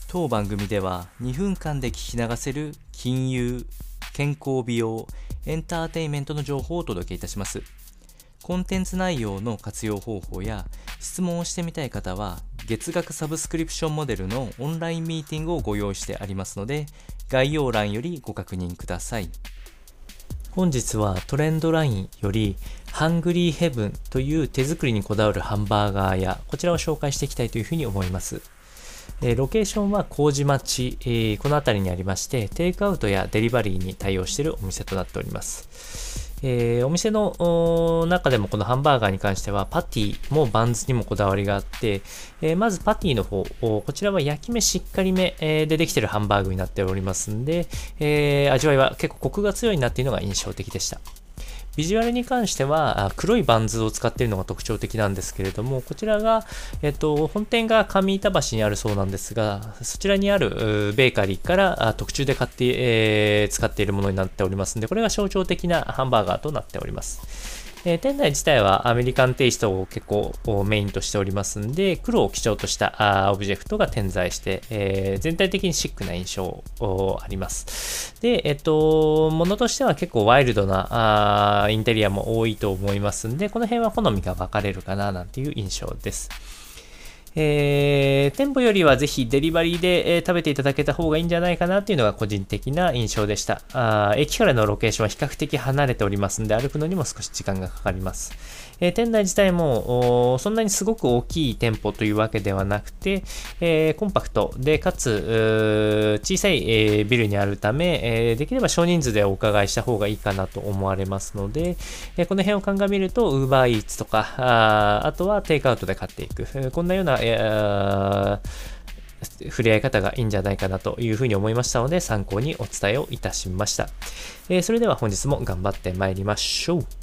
当番組では2分間で聞き流せる金融、健康美容、エンターテインメントの情報をお届けいたします。コンテンツ内容の活用方法や質問をしてみたい方は月額サブスクリプションモデルのオンラインミーティングをご用意してありますので、概要欄よりご確認ください。本日はトレンドラインよりハングリーヘブンという手作りにこだわるハンバーガー屋、こちらを紹介していきたいというふうに思います。ロケーションは麹町、この辺りにありまして、テイクアウトやデリバリーに対応しているお店となっております。お店の中でもこのハンバーガーに関してはパティもバンズにもこだわりがあって、まずパティの方、こちらは焼き目しっかりめでできているハンバーグになっておりますんで、味わいは結構コクが強いなっていうのが印象的でした。ビジュアルに関しては黒いバンズを使っているのが特徴的なんですけれども、こちらが、本店が上板橋にあるそうなんですが、そちらにあるベーカリーから特注で買って、使っているものになっておりますので、これが象徴的なハンバーガーとなっております。店内自体はアメリカンテイストを結構メインとしておりますんで、黒を基調としたオブジェクトが点在して、全体的にシックな印象あります。で、ものとしては結構ワイルドなインテリアも多いと思いますんで、この辺は好みが分かれるかななんていう印象です。店舗よりはぜひデリバリーで、食べていただけた方がいいんじゃないかなっていうのが個人的な印象でした。駅からのロケーションは比較的離れておりますので、歩くのにも少し時間がかかります。店内自体もそんなにすごく大きい店舗というわけではなくて、コンパクトでかつ小さい、ビルにあるため、できれば少人数でお伺いした方がいいかなと思われますので、この辺を鑑みると UberEats とかあとはテイクアウトで買っていく、こんなような触れ合い方がいいんじゃないかなというふうに思いましたので、参考にお伝えをいたしました。それでは本日も頑張ってまいりましょう。